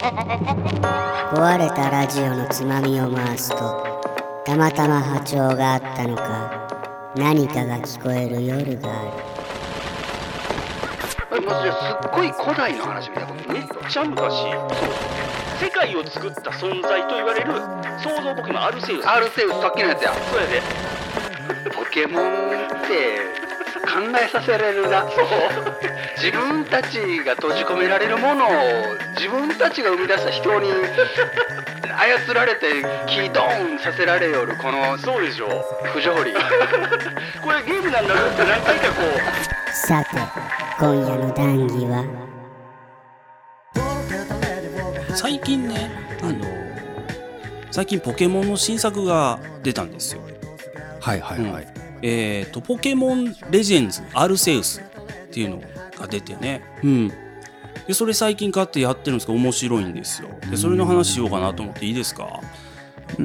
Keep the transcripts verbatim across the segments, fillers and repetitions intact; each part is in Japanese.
壊れたラジオのつまみを回すと、たまたま波長があったのか、何かが聞こえる夜がある。 まずじゃあすっごい古代の話みたいなこと。めっちゃ昔、世界を作った存在と言われる創造ポケモンアルセウス。アルセウス、さっきのやつや。そうやで。ポケモンって考えさせられるな。そう。自分たちが閉じ込められるものを自分たちが生み出した人に操られてキドーンさせられよるこの。そうでしょう。不条理。これゲームなんだろうって何回かこう。 さて、今夜の談義は最近ね、あの最近ポケモンの新作が出たんですよ。 はいはいはい、うん、 えーとポケモンレジェンズアルセウスっていうのが出てね、うん、でそれ最近買ってやってるんですけど面白いんですよ。でそれの話しようかなと思っていいですか？ うん、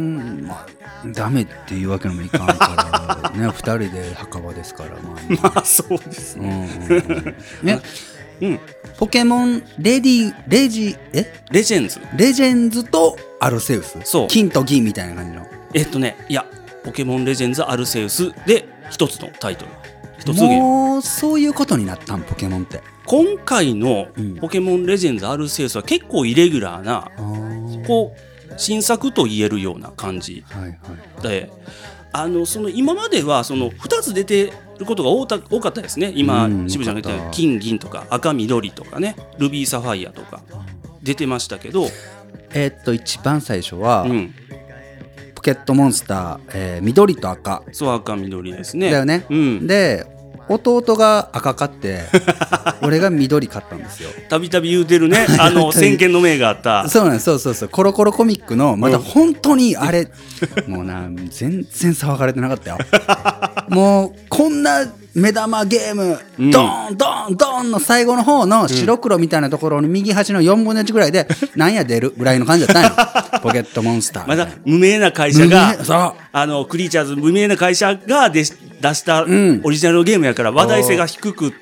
まあダメっていうわけにもいかんからねふたりで墓場ですから、まあ、まあそうですね、うんうんうんねうん、ポケモンレディレジえレジェンズレジェンズとアルセウス、 そう金と銀みたいな感じのえっとねいやポケモンレジェンズアルセウスで一つのタイトル、一つのゲーム。 もうそういうことになったんポケモンって。 今回のポケモンレジェンズアルセウスは結構イレギュラーな、うん、こう新作と言えるような感じで、はいはい、あのその今まではそのふたつ出てることが多た多かったですね。今、うん、渋ちゃんが言った金銀とか赤緑とかねルビーサファイアとか出てましたけど、 えー、っと一番最初は、うん、ポケットモンスター、えー、緑と赤。 そう赤緑ですね。 だよね、うん、で弟が赤買って俺が緑買ったんですよ。 たびたび言うてるねあの先見の明があったそうなんです。そうそうそうコロコロコミックのまた本当にあれ、うん、もうな全然騒がれてなかったよもうこんな目玉ゲーム、うん、ドーンドーンドーンの最後の方の白黒みたいなところの右端のよんぶんのいちぐらいでなんや出るぐらいの感じだったんよポケットモンスターまだ無名な会社があのクリーチャーズ無名な会社がで出したオリジナルのゲームやから話題性が低くって、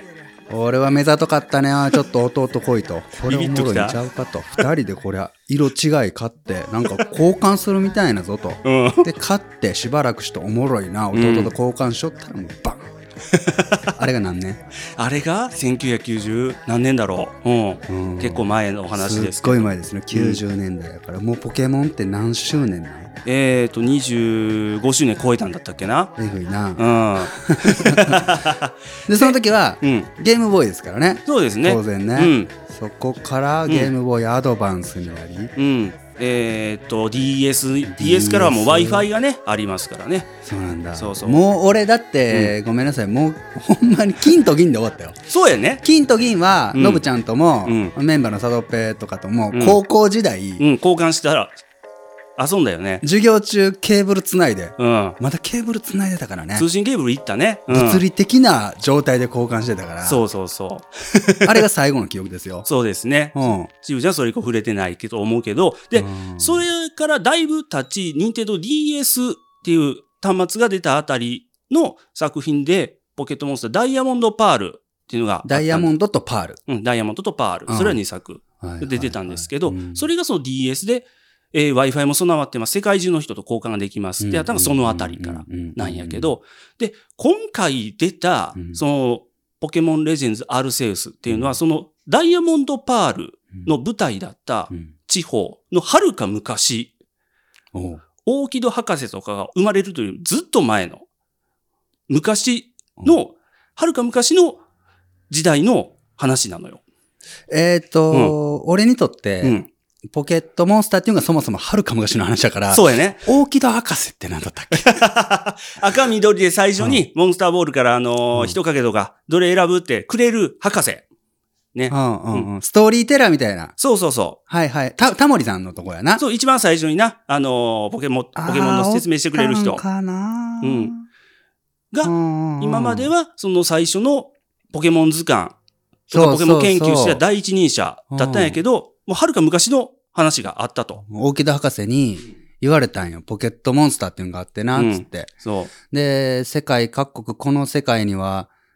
うん、俺は目ざとかったね。ちょっと弟来いとこれおもろいんちゃうかとふたりでこれ色違い買ってなんか交換するみたいなぞと、うん、で買ってしばらくしておもろいな弟と交換しよったらもうバンあれが何年？ あれがせんきゅうひゃくきゅうじゅう何年だろう、うんうん、結構前のお話ですけどすっごい前ですね。きゅうじゅうねんだいだから、うん、もうポケモンって何周年なの？ えーとにじゅうごしゅうねん超えたんだったっけな。 えぐいな、 うん、 でその時は、うん、ゲームボーイですからね。 そうですね当然ね、うん、そこからゲームボーイアドバンスになり、 うん、えー、と ディーエス, ディーエス からはもう Wi-Fi がねありますからね。 そうなんだ。 そうそうもう俺だって、うん、ごめんなさいもうほんまに金と銀で終わったよ。 そうやね。 金と銀はノブ、うん、ちゃんとも、うん、メンバーのサドッペとかとも、うん、高校時代、 うん、交換したら遊んだよね。 授業中ケーブルつないで、 うん、 まだケーブルつないでたからね。 通信ケーブルいったね、 うん、物理的な状態で交換してたから。 そうそうそうあれが最後の記憶ですよ。 そうですね。しぶちゃんそれ以降触れてないけど思うけどで、うん、それからだいぶ経ち任天堂 ディーエス っていう端末が出たあたりの作品でポケットモンスターダイヤモンドパールっていうのがダイヤモンドとパール、 うん、ダイヤモンドとパール、うん、それはにさく出てたんですけど、はいはいはい、それがその ディーエス でえー、Wi-Fi も備わってます。世界中の人と交換ができますってやったのがそのあたりからなんやけど、で、今回出た、その、ポケモンレジェンズアルセウスっていうのは、そのダイヤモンドパールの舞台だった地方の遥か昔、オーキド博士とかが生まれるというずっと前の、昔の、遥か昔の時代の話なのよ。 えっと、うん、俺にとって、うんポケットモンスターっていうのがそもそも遥か昔の話だから。 そうやね。 オーキド博士って何だったっけ赤緑で最初にモンスターボールからあのーうん、人影とかどれ選ぶってくれる博士。ね。 うんうんうん。ストーリーテラーみたいな。 そうそうそう。 はいはい。た、タモリさんのとこやな。 そう、一番最初にな、あのー、ポケモン、ポケモンの説明してくれる人。 かなうん。が、今まではその最初のポケモン図鑑とかポケモン研究してた第一人者だったんやけど、もう遥か昔の話があったと。 大木戸博士に言われたんよ。ポケットモンスターっていうのがあってな、つって、うん。そう。で、世界各国、この世界には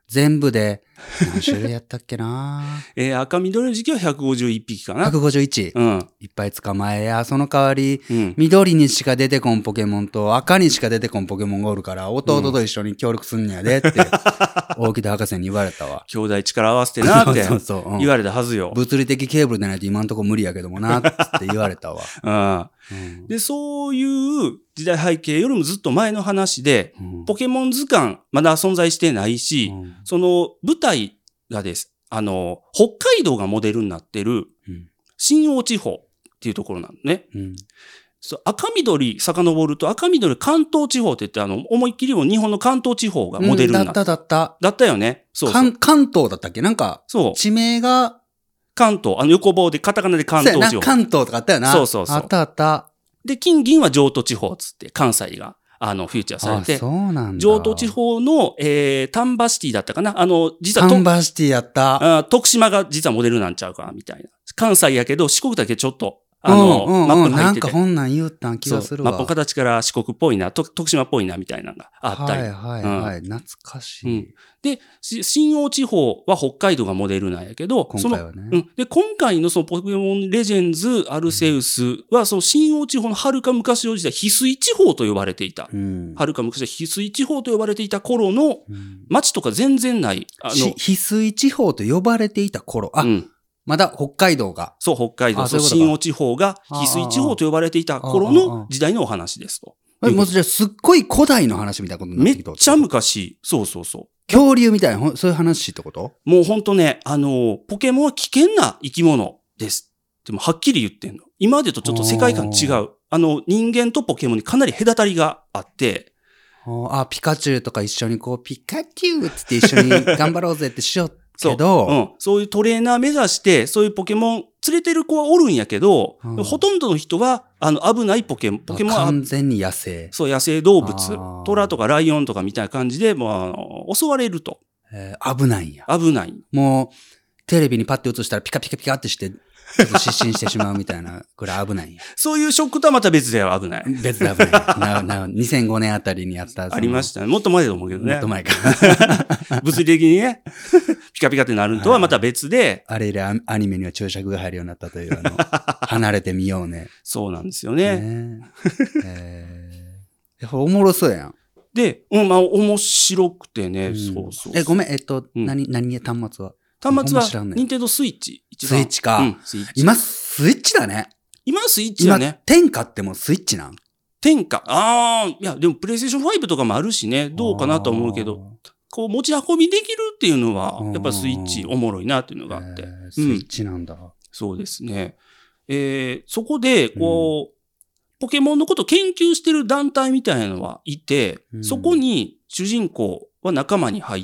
全部で、何種類やったっけなえー、赤緑の時期はひゃくごじゅういっぴきかな。 ひゃくごじゅういち。 うん。 いっぱい捕まえや、その代わり、 うん、 緑にしか出てこんポケモンと赤にしか出てこんポケモンがおるから、弟と一緒に協力すんねやでって、大木田博士に言われたわ。 兄弟力合わせてなってそうそうそう、うん、 言われたはずよ。 物理的ケーブルでないと今んとこ無理やけどもな、って言われたわ。 うん、で、そういう時代背景よりもずっと前の話で、うん、ポケモン図鑑まだ存在してないし、うん、その舞台がです。あの、北海道がモデルになってる、新大地方っていうところなのね。うん、そう赤緑遡ると赤緑関東地方って言って、あの、思いっきりも日本の関東地方がモデルになって、うん、だっただった。 だったよね。そうそう。 関東だったっけなんか、そう。地名が、 関東、あの横棒でカタカナで関東地方。 関東とかあったよな。 そうそうそう。 あったあった。 で、金銀は上都地方つって関西が。あの、フューチャーされて。 あ、そうなんだ。 上都地方の、えー、丹波シティだったかなあの、実は。 丹波シティやった。 あ徳島が実はモデルなんちゃうかみたいな。関西やけど、四国だけちょっと、あの、 うんうんうん、 マップに入ってて。 なんか本なん言うたん気がするわ。 マップの形から四国っぽいな、徳島っぽいな、みたいなのがあったり。 はいはいはい。うん、懐かしい、うん。 で、新大地方は北海道がモデルなんやけど、 今回はね。 うん。で、今回のそのポケモンレジェンズ、アルセウスは、その新大地方の遥か昔の時代、翡翠地方と呼ばれていた。うん、遥か昔は翡翠地方と呼ばれていた頃の町とか全然ない。 あの翡翠地方と呼ばれていた頃。あ、うんまだ北海道が。 そう、北海道。そう、新大地方が、翡翠地方と呼ばれていた頃の時代のお話ですと。 え、もうじゃあすっごい古代の話みたいなことになってきた。 めっちゃ昔。そうそうそう。 恐竜みたいな、そういう話ってこと？ もうほんとね、あの、ポケモンは危険な生き物です。でもはっきり言ってんの。今までとちょっと世界観違う。あの、人間とポケモンにかなり隔たりがあって、 あ、ピカチュウとか一緒にこう、ピカチュウって一緒に頑張ろうぜってしよう。けど、 そう、うん。そういうトレーナー目指して、そういうポケモン連れてる子はおるんやけど、うん、ほとんどの人は、あの、危ないポケモン、ポケモンは。 完全に野生。 そう、野生動物。トラとかライオンとかみたいな感じで、もう、あの、襲われると。 えー、危ないんや。 危ない。 もう、テレビにパッて映したらピカピカピカってして、ちょっと失神してしまうみたいな、これ危ないんや。 そういうショックとはまた別では危ない。 別で危ない。な、な、にせんごねんあたりにあった。 ありましたね。もっと前だと思うけどね。 もっと前か。 物理的にね、ピカピカってなるとはまた別で。 あれ以来アニメには注釈が入るようになったという、あの、離れてみようね。 そうなんですよね。 ねえー、やっぱおもろそうやん。 で、うん、まあ、面白くてね、うん、そうそう。 え、ごめん、えっと、うん、何、何、端末は端末は、ニンテンドースイッチ。 スイッチか。 うん、スイッチ。 今、スイッチだね。 今、スイッチだね。 今、天下ってもうスイッチなん？ 天下。ああ、いや、でも、プレイステーションファイブとかもあるしね、どうかなと思うけど、こう、持ち運びできるっていうのは、やっぱスイッチおもろいなっていうのがあって。 スイッチなんだ、うん。 そうですね。えー、そこで、こう、うん、ポケモンのことを研究してる団体みたいなのはいて、うん、そこに主人公は仲間に入って、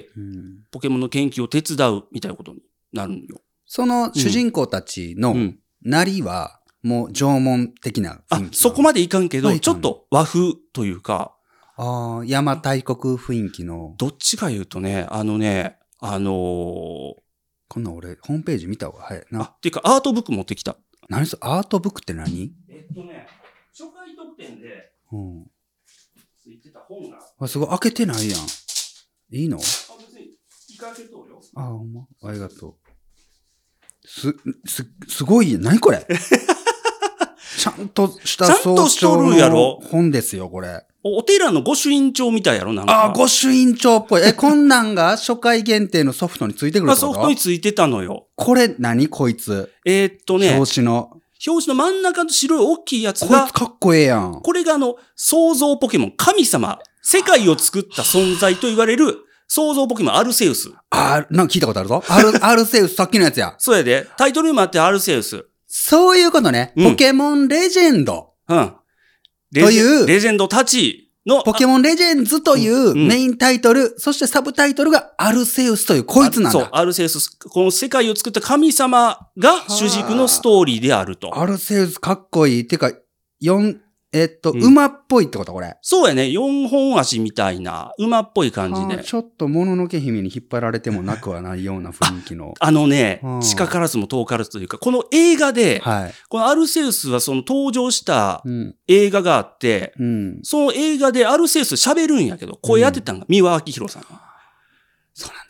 うん、ポケモンの研究を手伝うみたいなことになるんよ。 その主人公たちのなりは、もう縄文的な雰囲気、 あ、そこまでいかんけど、ちょっと和風というか、 ああ、邪馬台国雰囲気の。 どっちか言うとね、あのね、あのー、 こんな俺、ホームページ見た方が早いな。 あ、っていうかアートブック持ってきた。 何それ、アートブックって何？ えっとね、初回特典で、うん。ついてた本が。 あ、すごい、開けてないやん。いいの？あ、 別に、いかけとうよ。 あ、ほんま？ありがとう。す、す、すごい、何これちゃんとした総長の本ですよ、これ。 お寺の御朱印帳みたいやろ、なんか。 あ、御朱印帳っぽい。え、こんなんが初回限定のソフトについてくるってこと？ ソフトについてたのよ。 これ何こいつ。 えー、っとね。 表紙の。 表紙の真ん中の白い大きいやつが。 こいつかっこええやん。 これがあの、創造ポケモン、神様、世界を作った存在と言われる、創造ポケモンアルセウス。 あ、なんか聞いたことあるぞ。アル、アルセウス、さっきのやつや。 そうやで。タイトルにもあってアルセウス。 そういうことね。うん、ポケモンレジェンド。 うん。 という。 レジェンドたちの。 ポケモンレジェンズというメインタイトル、うんうん、そしてサブタイトルがアルセウスというこいつなんだ。 そう、アルセウス。この世界を作った神様が主軸のストーリーであると。 アルセウスかっこいい。てか、四、えっと、うん、馬っぽいってことこれ。 そうやね。四本足みたいな、馬っぽい感じで。 ちょっともののけ姫に引っ張られてもなくはないような雰囲気の。 あ, あのね、近からずも遠からずというか、この映画で、はい、このアルセウスはその登場した映画があって、うん、その映画でアルセウス喋るんやけど、声当てたのが三輪明宏さん。 そうなん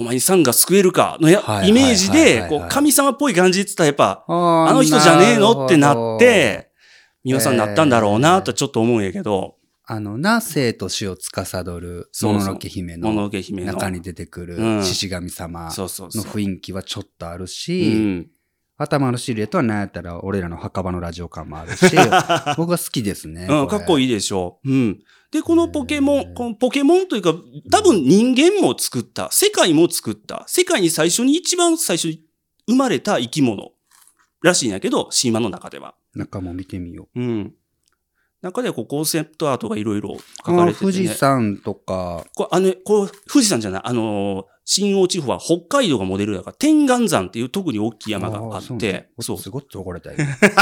お前にさんが救えるかのや、 はいイメージはいはいはいは、いでこう、神様っぽい感じで言ったらやっぱ、 ああの人じゃねえのってなっるて、美輪さんになったんだろうなとちょっと思うんやけど。 あの、な、生と死を司る、もののけ姫ものののけ姫の中に出てくるうん獅子神様のそうそうそう。 雰囲気はちょっとあるうし、 ん。 頭のシルエットは何やったら俺らの墓場のラジオ感もあるし、僕は好きですね。 うん、かっこいい。 いでしょう。うん。で、このポケモン、このポケモンというか、多分人間も作った、世界も作った、世界に最初に一番最初に生まれた生き物らしいんやけど、神話の中では。 中も見てみよう。 うん。中ではこうコンセプトアートがいろいろ書あかれてて、ね。 富士山とか、 これ、あの、これ、富士山じゃない、あのー、新大地方は北海道がモデルだから、天眼山っていう特に大きい山があーって、そうう。 そすごい怒られたよ。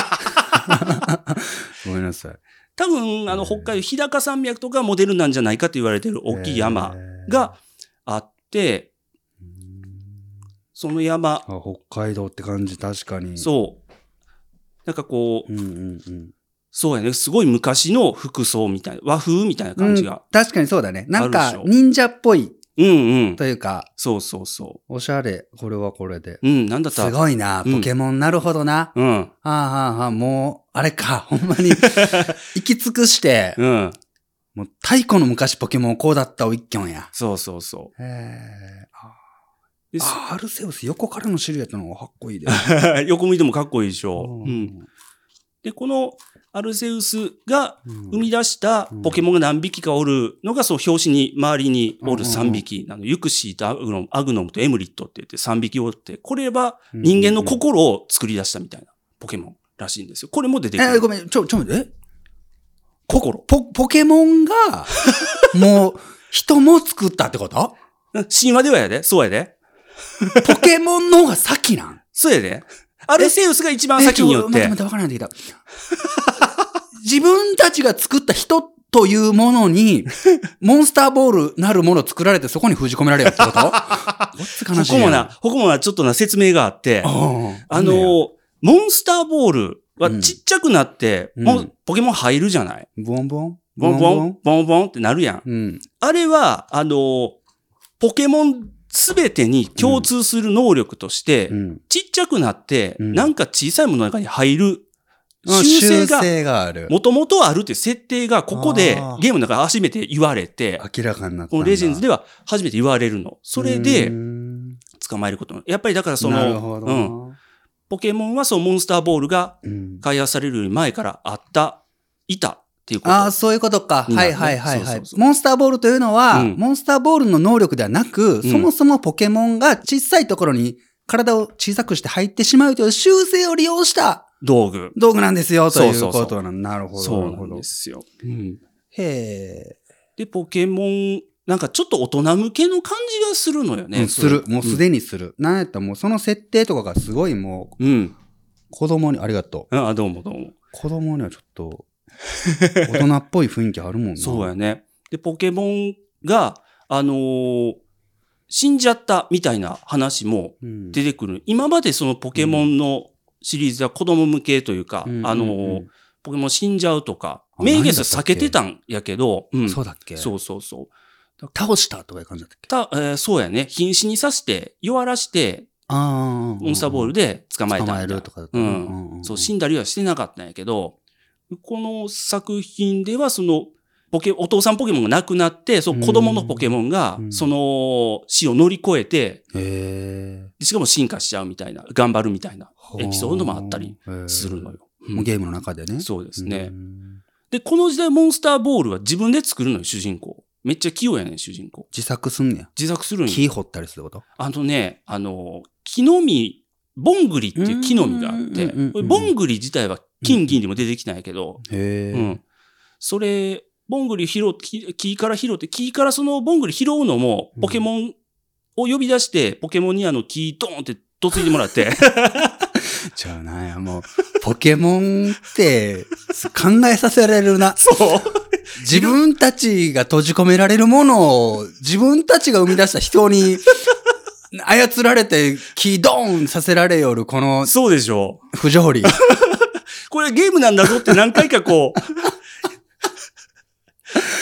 ごめんなさい。 多分、あの、北海道、日高山脈とかモデルなんじゃないかって言われてる大きい山があって、その山、 あ、北海道って感じ、確かに。 そう。なんかこう、 うんうんうん。 そうやね、すごい昔の服装みたいな、和風みたいな感じが。 うん確かにそうだね。なんかあるでしょ、 忍者っぽいうんうん。 というか、 そうそうそおしゃれ。これはこれで。 う。うん、なんだったすら。 ごいな。 うんポケモン、なるほどな。 うん。 はあはあはあ、もう、あれか、ほんまに、行き尽くして、 うん。 もう、太古の昔ポケモンこうだったお一挙や。 そうそうそへえ。あう。であ、アルセウス横からのシルエットの方がかっこいいで。 横向いてもかっこいいでしょ。 ううんん。で、このアルセウスがうん生み出したポケモンが何匹かおるのが、その表紙に周りにおるさんびきなの。ユクシーとアグノム、アグノムとエムリットって言ってさんびきおって、これは人間の心を作り出したみたいなポケモンらしいんですよ。これも出てくる。 えーごめん、ちょ、ちょ、待って、え心。 ポ、ポケモンが、もう、人も作ったってこと神話ではやで。そうやで。 ポケモンの方が先なんそうやで。アルセウスが一番先によってえちょ待って待っ。て、わからないんだけど。自分たちが作った人というものに、モンスターボールなるものを作られてそこに封じ込められるってことごっつ悲しいやん。 ここもな、ここもな、ちょっとな説明があって、 ああの、モンスターボールはちっちゃくなって、 うんもうポケモン入るじゃない。 ボンボンボンボン、ボンボンってなるやん。 うん。 あれは、あの、ポケモンすべてに共通する能力として、 うん。 ちっちゃくなって、 うんなんか小さいものの中に入るあ習性が、 習性がある。 もともとあるっていう設定が、ここであーゲームの中で初めて言われて、 明らかになったんだ。 このレジェンズでは初めて言われるの。それうでん捕まえること。やっぱりだからその、 なるほどな。 うん。ポケモンはそのモンスターボールがうん開発されるより前からあった、いたっていうこと。 ああ、そういうことか。 になるねはいはいはいはいそうそう。そうモンスターボールというのは、 うんモンスターボールの能力ではなく、 んそもそもポケモンが小さいところに体を小さくして入ってしまうという習性を利用した道具。 道具なんですよ、というそうそうそうことなんなるほど。 そうななるほどんですよ。うん。 へえ。 で、ポケモン、なんかちょっと大人向けの感じがするのよね。 うんする。もうすに。 でにする。なんやったらもうその設定とかがすごいもう、 うん。 子供に、ありがとう。 あ、どうもどうも。 子供にはちょっと、大人っぽい雰囲気あるもんな。 そうやね。で、ポケモンが、あのー死んじゃったみたいな話もうん。 出てくる。今までそのポケモンのシリーズは子供向けというか、 うんあのーうんうんポケモン死んじゃうとか、 あ名言数避けてたんやけど、うん。 そうだっけそうそうそう。 倒したとかいう感じだったっけた、えーそうやね。瀕死に刺して、弱らして、 ああ。 モンスターボールで捕まえたみたいな。 捕まえるとかだったうな。 ん。そう、死んだりはしてなかったんやけど、この作品ではその、ポケ、お父さんポケモンが亡くなって、そう、子供のポケモンがう、んその死を乗り越えて、 へえ。 でしかも進化しちゃうみたいな、頑張るみたいなエピソードもあったりするのよ。 もうゲームの中でね。 そうですねう。んで、この時代モンスターボールは自分で作るのよ、主人公。めっちゃ器用やねん、主人公。 自作すんねや。 自作するんよ。 木掘ったりすることあのね、あの、木の実、ボングリっていう木の実があって、 うんうんうんうんこれボングリ自体は金銀にも出てきたんやけど、 へえ。 うん。それ、ボングリ拾って、木木から拾って、木からそのボングリ拾うのも、ポケモンを呼び出して、ポケモンにあの木ドーンってどついてもらって、 じゃあなんや、もう、ポケモンって考えさせられるな。 そう。 自分たちが閉じ込められるものを自分たちが生み出した人に操られてキドーンさせられよるこのそうでしょ不条理。 これゲームなんだぞって何回かこう、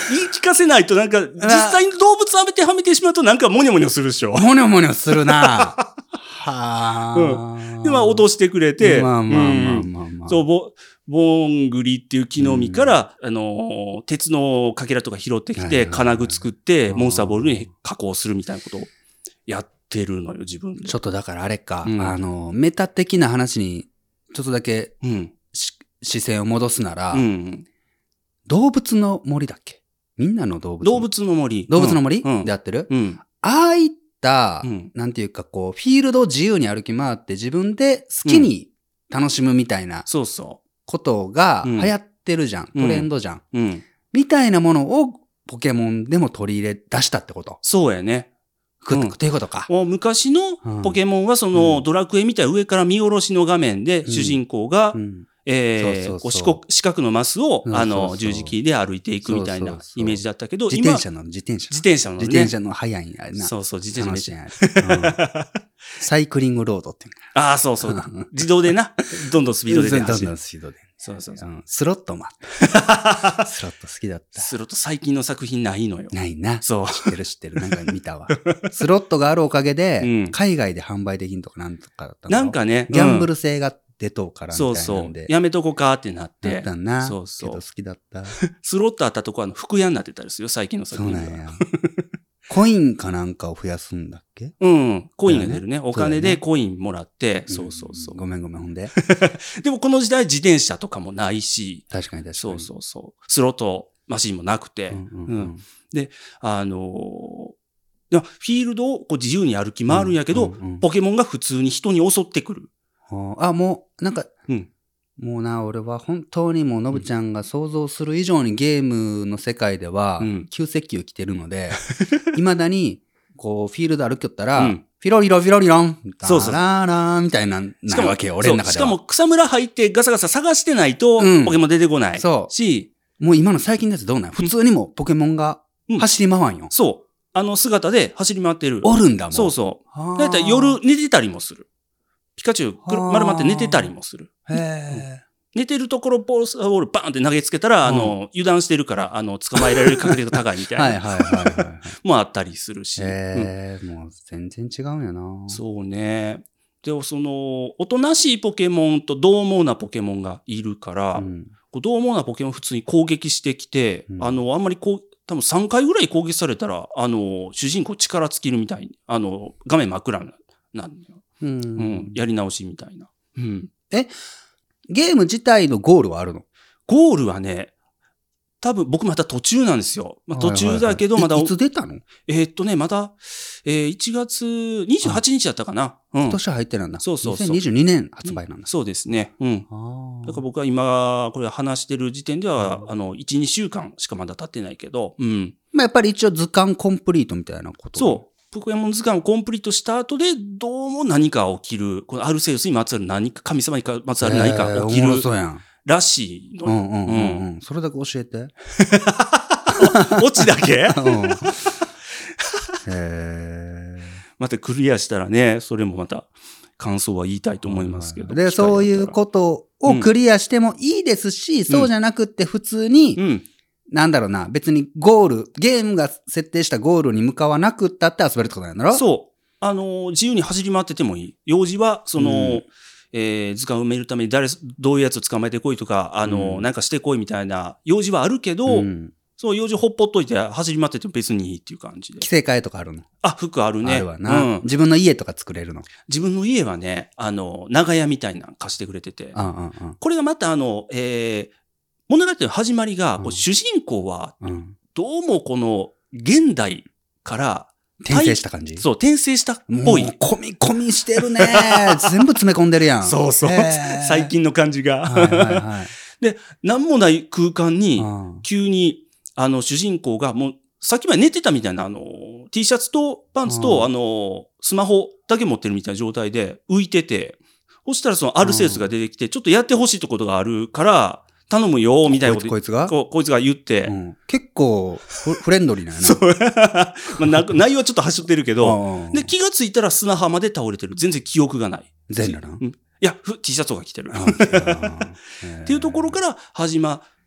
言い聞かせないとなんか、実際に動物はめてはめてしまうとなんかモニョモニョするでしょ。 モニョモニョするな。はあ、 うん。で、まあ、脅してくれて、 まあまあまあまあまあ。 そう、ボ、ボングリっていう木の実から、うん、あの、鉄のかけらとか拾ってきて、金具作って、モンスターボールに加工するみたいなことをやってるのよ、自分で。 ちょっとだからあれか、うん、あの、メタ的な話に、ちょっとだけ、うん、視線を戻すなら、うん、動物の森だっけ？みんなの動物の動物の森。 動物の森、 うん、 でやってる、 うん、 ああいった、うん、なんていうかこう、フィールドを自由に歩き回って自分で好きに楽しむみたいな、 そうそう。 ことが流行ってるじゃん。 うん、 トレンドじゃん、 うん。 みたいなものをポケモンでも取り入れ出したってこと。 そうやね。 うん、っていうことか。 もう昔のポケモンはその、うん、ドラクエみたいな上から見下ろしの画面で主人公が、うん、えー、四角のマスを、あの、十字キーで歩いていくみたいなイメージだったけど、 自転車の自転車。 自転車のね。 自転車の速いんやな。 そうそう、自転車めっちゃ。うん、サイクリングロードっていうああ、そうそう。自動でな。どんどんスピードで走る。どんどんスピードで。 そうそうそう。うん、 スロットもあった。スロット好きだった。 スロット最近の作品ないのよ。 ないな。 そう。 知ってる知ってる。なんか見たわ。スロットがあるおかげで、うん、海外で販売できんとかなんとかだったの。 なんかね。 ギャンブル性が出とうからみたいなんで。 そうそう。やめとこかってなって。 なったな。 そうそう。 けど好きだった。 スロットあったとこは服屋になってたりするよ、最近の作品。 そうなんや。コインかなんかを増やすんだっけ？ うん。コインが出るね。お金でコインもらって、そうそうそう。 ごめんごめん、ほんで。 でもこの時代自転車とかもないし。 確かに確かに。 そうそうそう。スロットマシンもなくて。で、あのー、フィールドをこう自由に歩き回るんやけど、ポケモンが普通に人に襲ってくる。 あ、もう、なんか、うんもうな、俺は本当にもうのぶちゃんが想像する以上にゲームの世界では、急接近来てるので、未だに、こう、フィールド歩きよったら、うん、フィロリロフィロリロン、 そうそう。 ラーラーみたいな、なわけよ、俺の中では。 しかも草むら入ってガサガサ探してないと、うん、ポケモン出てこない。 そう。 し、 もう今の最近のやつどうなん？普通にもポケモンが走り回んよ。 うん、そう。あの姿で走り回ってる。 おるんだもん。 そうそう。だいたい夜寝てたりもする。ピカチュウ、丸まって寝てたりもする。 へー。 寝てるところボールバーンって投げつけたら、うん、あの、油断してるから、あの、捕まえられる確率が高いみたいな。 はいはいはいはい。 もあったりするし。 へー、うん、もう全然違うんやな。 そうね。でもその、おとなしいポケモンと獰猛なポケモンがいるから、うん、獰猛なポケモン普通に攻撃してきて、うん、あの、あんまりこう、多分さんかいぐらい攻撃されたら、あの、主人公力尽きるみたいに、あの、画面真っ暗になるのよ。うん、うん。やり直しみたいな。うん。 えゲーム自体のゴールはあるの？ ゴールはね、多分僕まだ途中なんですよ。まあ、途中だけどまだ、 はいはいはい、いつ出たの？ えー、っとね、まだ、えー、いちがつにじゅうはちにちだったかな。 うん、今年入ってるんだ。 そうそうそう。 にせんにじゅうにねん発売なんだ。 うん、そうですね。うん。あだから僕は今、これ話してる時点では、あの、いち、にしゅうかんしかまだ経ってないけど、うん。 まあ、やっぱり一応図鑑コンプリートみたいなこと。 そう。ポケモン図鑑をコンプリートした後で、どうも何か起きる。このアルセウスにまつわる何か、神様にまつわる何か起きる。えー、 そうやん。 らしいの。 うんうんうんうん。それだけ教えて。 オチだけ、うん、 へまたクリアしたらね、それもまた感想は言いたいと思いますけど。 で、そういうことをクリアしてもいいですし、うん、そうじゃなくって普通に、うん、なんだろうな、別にゴール、ゲームが設定したゴールに向かわなくったって遊べるってことなんだろ？ そう。あのー、自由に走り回っててもいい。用事は、その、うんえー、図鑑を埋めるために誰、どういうやつを捕まえてこいとか、あの、うん、なんかしてこいみたいな用事はあるけど、うん、そう、用事ほっぽっといて走り回ってても別にいいっていう感じで。 規制替えとかあるの？ あ、服あるね。 あるわな、うん。自分の家とか作れるの？ 自分の家はね、あの、長屋みたいなの貸してくれてて。 うんうんうん、 これがまたあの、えー、物語の始まりが、うん、主人公は、どうもこの現代から、 転生した感じ？ そう、転生したっぽい。 もう、込み込みしてるね。全部詰め込んでるやん。 そうそう。最近の感じが。はいはいはい、で、なんもない空間に、急に、あの、主人公が、もう、さっきまで寝てたみたいな、あの、T シャツとパンツと、あの、スマホだけ持ってるみたいな状態で浮いてて、そしたらそのアルセウスが出てきて、ちょっとやってほしいことがあるから、頼むよ、みたいなこと。 こいつがここいつが言って、うん、 結構フ、フレンドリーなやな。 そう。まあ、内容はちょっと走ってるけど、で、気がついたら砂浜で倒れてる。全然記憶がない。 全裸な、うん、 いや、T シャツが着てる。っていうところから始まっ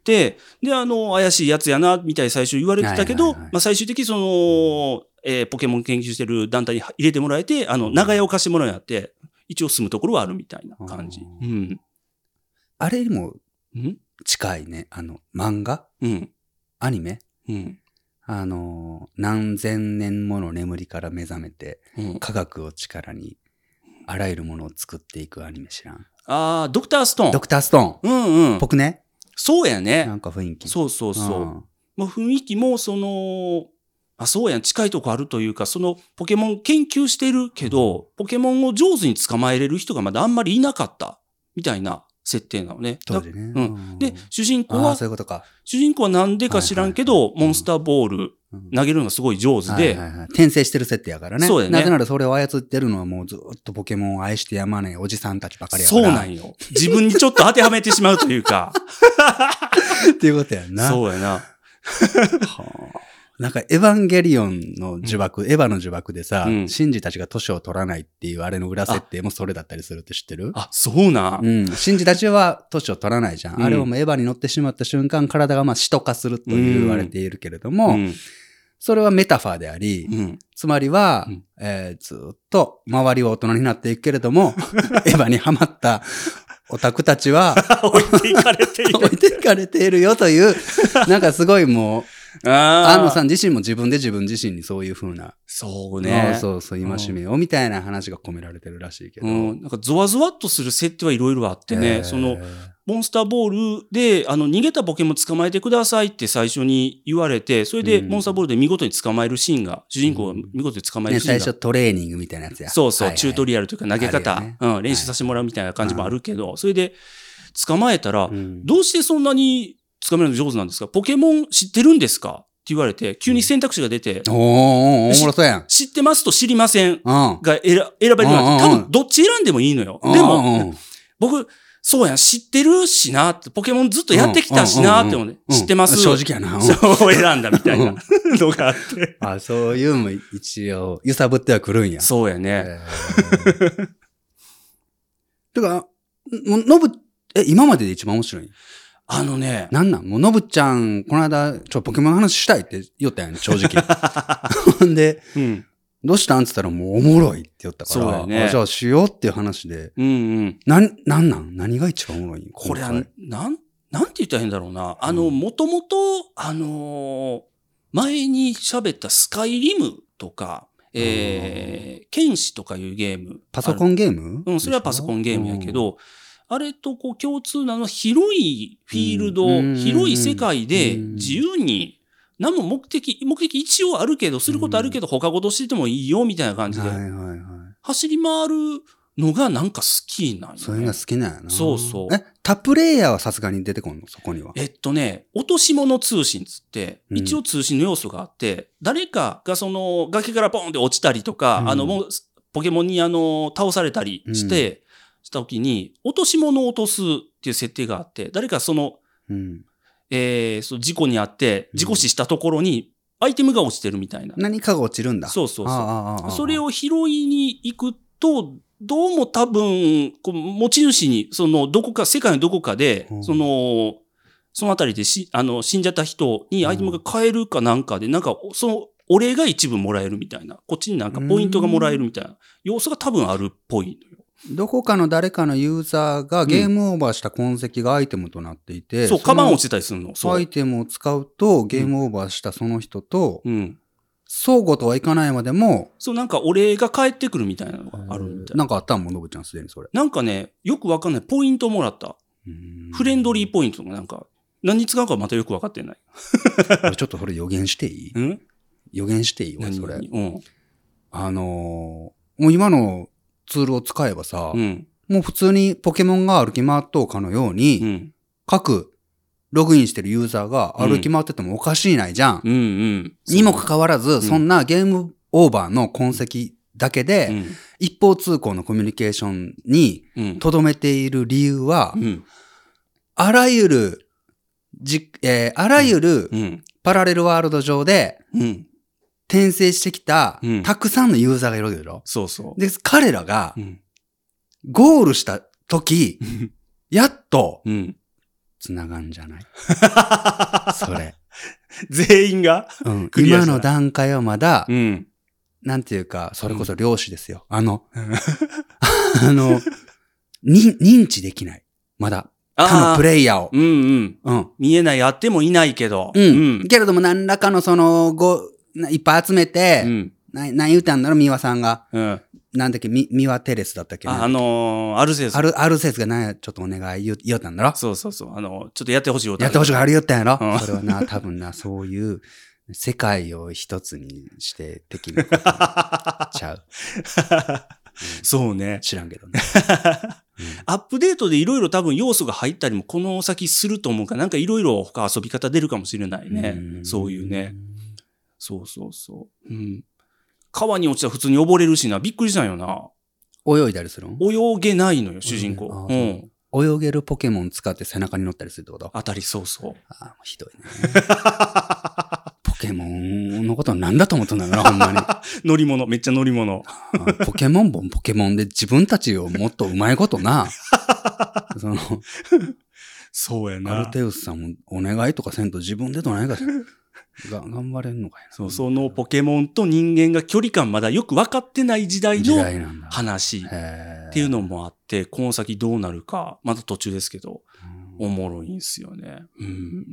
て、で、あの、怪しいやつやな、みたいに最初言われてたけど、はいはいはい、まあ最終的にその、えー、ポケモン研究してる団体に入れてもらえて、あの、長屋を貸してもらうようになって、一応住むところはあるみたいな感じ。うん。 あれにも近いね。あの、漫画、 うん、 アニメ、 うん、 あの、何千年もの眠りから目覚めて、うん、科学を力に、あらゆるものを作っていくアニメ知らん。 ああ、ドクターストーン。 ドクターストーン。 うんうん。 ぽくね。 そうやね。 なんか雰囲気。 そうそうそう。うん、まあ、雰囲気も、その、あ、そうやん。近いとこあるというか、その、ポケモン研究してるけど、ポケモンを上手に捕まえれる人がまだあんまりいなかった。みたいな設定なのね。 当時ね。 うん。で、主人公は、 そういうことか。 主人公はなんでか知らんけど、はいはいはい、モンスターボール投げるのがすごい上手で、 はいはいはい、転生してる設定やからね。 そうやね。 なぜならそれを操ってるのはもうずっとポケモンを愛してやまないおじさんたちばかりやから。そうなんよ。自分にちょっと当てはめてしまうというか。 っていうことやんな。 そうやな。 はあ、なんかエヴァンゲリオンの呪縛、うん、エヴァの呪縛でさ、うん、シンジたちが年を取らないっていうあれの裏設定もそれだったりするって知ってる？ あ、そうな。 うん。シンジたちは年を取らないじゃん。うん、あれをもうエヴァに乗ってしまった瞬間、体がまあ使徒化すると言われているけれども、うん、それはメタファーであり、うん、つまりは、うん、えー、ずっと周りは大人になっていくけれども、エヴァにハマったオタクたちは置いていかれている。 置いていかれているよという、なんかすごいもう、あ安野さん自身も自分で自分自身にそういう風な。 そうね。 そうそう、戒めをみたいな話が込められてるらしいけど。 うん。なんかゾワゾワっとする設定はいろいろあってね、その、モンスターボールで、あの、逃げたポケモン捕まえてくださいって最初に言われて、それでモンスターボールで見事に捕まえるシーンが、主人公が見事に捕まえるシーンが。 ね、最初トレーニングみたいなやつや。 そうそう、はいはい、チュートリアルというか投げ方、ね、うん、練習させてもらうみたいな感じもあるけど、はい、それで捕まえたら、うん、どうしてそんなに捕まえるの上手なんですか？ポケモン知ってるんですか？って言われて、急に選択肢が出て、 うん、おーおー、おもろそうやん。 知ってますと知りませんが選べるようになって、多分どっち選んでもいいのよ。でも、僕、そうやん、知ってるしなって、ポケモンずっとやってきたしなって思うね。知ってます。 正直やな。 そう選んだみたいなのがあって。 あ、そういうのも一応、揺さぶってはくるんや。 そうやね。 てか、のぶ、え、今までで一番面白い？ あのね。 なんなんもうのぶちゃん、この間、ちょ、ポケモンの話したいって言ったやん、正直。ほんで、うん、どうしたんって言ったらもうおもろいって言ったから、そうやね、あじゃあしようっていう話で、 うんうん。 なん、なんなん何が一番おもろいん？ これは、なん、なんて言ったらいいんだろうな。あの、もともと、あのー、前に喋ったスカイリムとか、えー、剣士とかいうゲーム。 パソコンゲーム？ うん、それはパソコンゲームやけど、あれとこう共通なのは広いフィールド、うん、広い世界で自由に、何も目的、目的一応あるけど、することあるけど他事しててもいいよみたいな感じで、走り回るのがなんか好きなんよね。 そういうのが好きなんやな。 そうそう。 え、他プレイヤーはさすがに出てこんの？そこには。 えっとね、落とし物通信つって、一応通信の要素があって、うん、誰かがその崖からポンって落ちたりとか、うん、あの、もうポケモンにあの、倒されたりして、うんした時に、落とし物を落とすっていう設定があって、誰かその、うん、えー、その事故にあって、事故死したところに、アイテムが落ちてるみたいな。 何かが落ちるんだ。 そうそうそう。ああああそれを拾いに行くと、どうも多分、こう持ち主に、その、どこか、世界のどこかで、うん、その、そのあたりでし、あの、死んじゃった人にアイテムが買えるかなんかで、うん、なんか、その、お礼が一部もらえるみたいな。こっちになんかポイントがもらえるみたいな要素が多分あるっぽいのよ。 どこかの誰かのユーザーがゲームオーバーした痕跡がアイテムとなっていて、 うん、そう、カバン落ちてたりするの。そう。 アイテムを使うと、ゲームオーバーしたその人と、うん。相互とはいかないまでも、 そう、なんかお礼が返ってくるみたいなのがあるみたいな。 なんかあったんもん、のぶちゃんすでにそれ。 なんかね、よくわかんないポイントもらった。フレンドリーポイントがなんか、何に使うかまたよくわかってない。 ちょっとそれ予言していい？ん予言していいわ、それ。うん。あのー、もう今のツールを使えばさ、うん、もう普通にポケモンが歩き回っとうかのように、うん、各ログインしてるユーザーが歩き回っててもおかしいないじゃん。うんうん、にもかかわらず、うん、そんなゲームオーバーの痕跡だけで、うん、一方通行のコミュニケーションに留めている理由は、うん、あらゆるじ、えー、あらゆるパラレルワールド上で、うん転生してきた、うん、たくさんのユーザーがいるわけだろ。 そうそう。 で、彼らが、うん、ゴールした時、やっと、うん、 繋がんじゃないそれ。 全員が、 うん、今の段階はまだ、 うん、 なんていうか、それこそ漁師ですよ。あの、あの、に、認知できない。まだ。他のプレイヤーを。 うんうん。うん。見えない、あってもいないけど。 うん。うん、けれども何らかのその、ご、いっぱい集めて、うん、な、何言うたんだろ、ミワさんが。うん。なんだっけ、ミ、ミワテレスだったっけ、 あ、あのー、アルセウス。 アル、アルセウスが何や、ちょっとお願い言う、言うたんだろ。 そうそうそう。あの、ちょっとやってほしいよ。 やってほしいあれ言ったんやろ。うん、それはな、多分な、そういう、世界を一つにして的なことちゃう。 うん、そうね。 知らんけどね。 うん、アップデートでいろいろ多分要素が入ったりもこの先すると思うから、なんかいろいろ他遊び方出るかもしれないね。うそういうね。そうそうそう。うん。川に落ちたら普通に溺れるしな。びっくりしたんよな。 泳いだりするの？ 泳げないのよ、主人公。うん。 泳げるポケモン使って背中に乗ったりするってこと？ 当たりそうそう。 ああ、もうひどいね。ポケモンのことは何だと思ったんだろうな、ほんまに。 乗り物、めっちゃ乗り物。 ポケモン本ポケモンで自分たちをもっとうまいことな。そのそうやな。 アルテウスさんもお願いとかせんと自分でとないかが頑張れんのかいな。 そう、そのポケモンと人間が距離感まだよく分かってない時代の話っていうのもあって、この先どうなるか、まだ途中ですけど、おもろいんすよね。うん、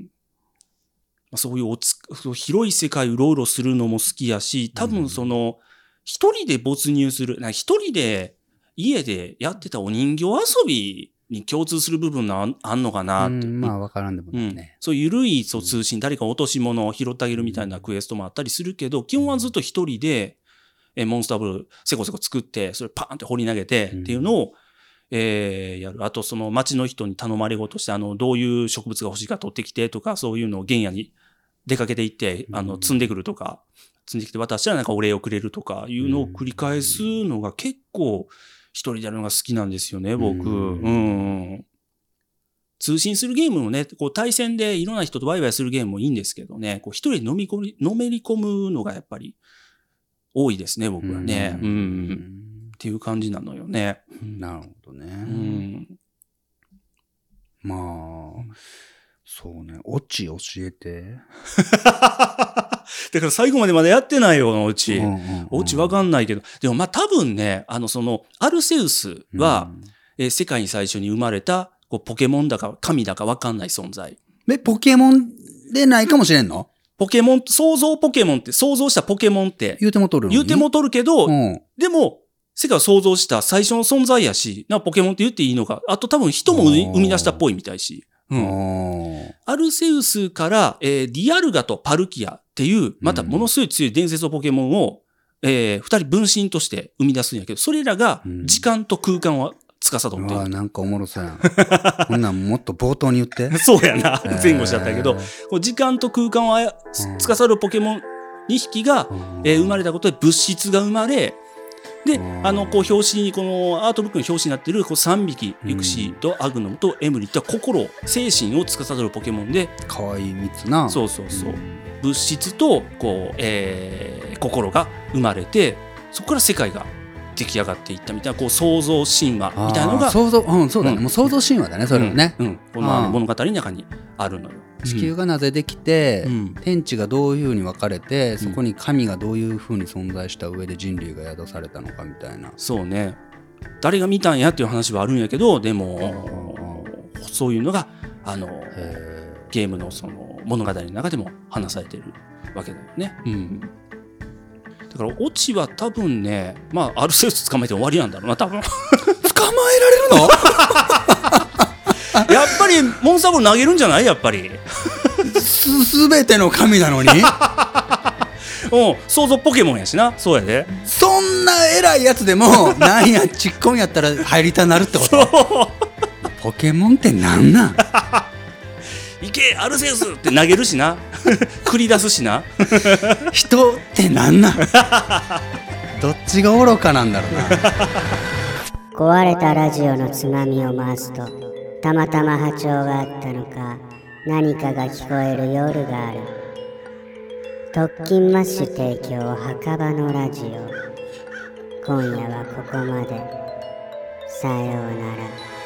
そういうおつ広い世界うろうろするのも好きやし、多分その、一人で没入する、一人で家でやってたお人形遊びに共通する部分があんのかなって。 まあ分からんでもないね。うん、 そういう緩いそう通信、誰か落とし物を拾ってあげるみたいなクエストもあったりするけど、基本はずっと一人で、えモンスターボールせこせこ作って、それパーンって掘り投げてっていうのを、えー、やる。あとその町の人に頼まれ事して、あの、どういう植物が欲しいか取ってきてとか、そういうのを原野に出かけていって、あの、積んでくるとか、積んできて渡したらなんかお礼をくれるとかいうのを繰り返すのが結構一人でやるのが好きなんですよね、僕。うん、うん。通信するゲームもね、こう対戦でいろんな人とワイワイするゲームもいいんですけどね、こう一人で飲み込み、のめり込むのがやっぱり多いですね、僕はね。うん。うん、っていう感じなのよね。 なるほどね。 うん、 まあ、そうね。オチ教えて。 だから最後までまだやってないよ、オチ。オチわかんないけど。でもまあ多分ね、あのその、アルセウスは、うん、えー、世界に最初に生まれたこうポケモンだか神だかわかんない存在。 え、ポケモンでないかもしれんの？ ポケモン、想像ポケモンって、想像したポケモンって。 言うてもとるのに？ 言うてもとるけど、うん、でも、世界を想像した最初の存在やし、なポケモンって言っていいのか。あと多分人も生み出したっぽいみたいし。うん、アルセウスから、えー、ディアルガとパルキアっていう、またものすごい強い伝説のポケモンを、えー、二人分身として生み出すんやけど、それらが時間と空間を司っている。 ああ、なんかおもろそうやん。こんなんもっと冒頭に言って。 そうやな。前後しちゃったけど、時間と空間を司るポケモンにひきが、えー、生まれたことで物質が生まれ、で、あの、こう、表紙に、このアートブックの表紙になっている、こう、さんびき、ユクシーとアグノムとエムリットは心、精神を司るポケモンで。 かわいいみつな。 そうそうそう。物質と、こう、えー、心が生まれて、そこから世界が出来上がっていったみたいな、こう、創造神話みたいなのが。 創造、うん、そうだね。うん、もう創造神話だね、それはね。 うん。うん、このあの物語の中にあるのよ。 地球がなぜできて、うん、天地がどういう風に分かれて、うん、そこに神がどういう風に存在した上で人類が宿されたのかみたいな。 そうね。誰が見たんやっていう話はあるんやけど、でも、うん、そういうのがあのゲームのその物語の中でも話されてるわけだよね。うん、だからオチは多分ね、まあアルセウス捕まえて終わりなんだろうな、多分。 捕まえられるの？ やっぱりモンスターボール投げるんじゃない？やっぱりす、すべての神なのにうん、 想像ポケモンやしな。そうやで。 そんな偉いやつでもなんやちっこんやったら入りたなるってこと？ポケモンってなんなん？ いけアルセウスって投げるしな繰り出すしな人ってなんなんどっちが愚かなんだろうな。 壊れたラジオのつまみを回すとたまたま波長があったのか何かが聞こえる夜がある。特勤マッシュ提供墓場のラジオ。今夜はここまで。さようなら。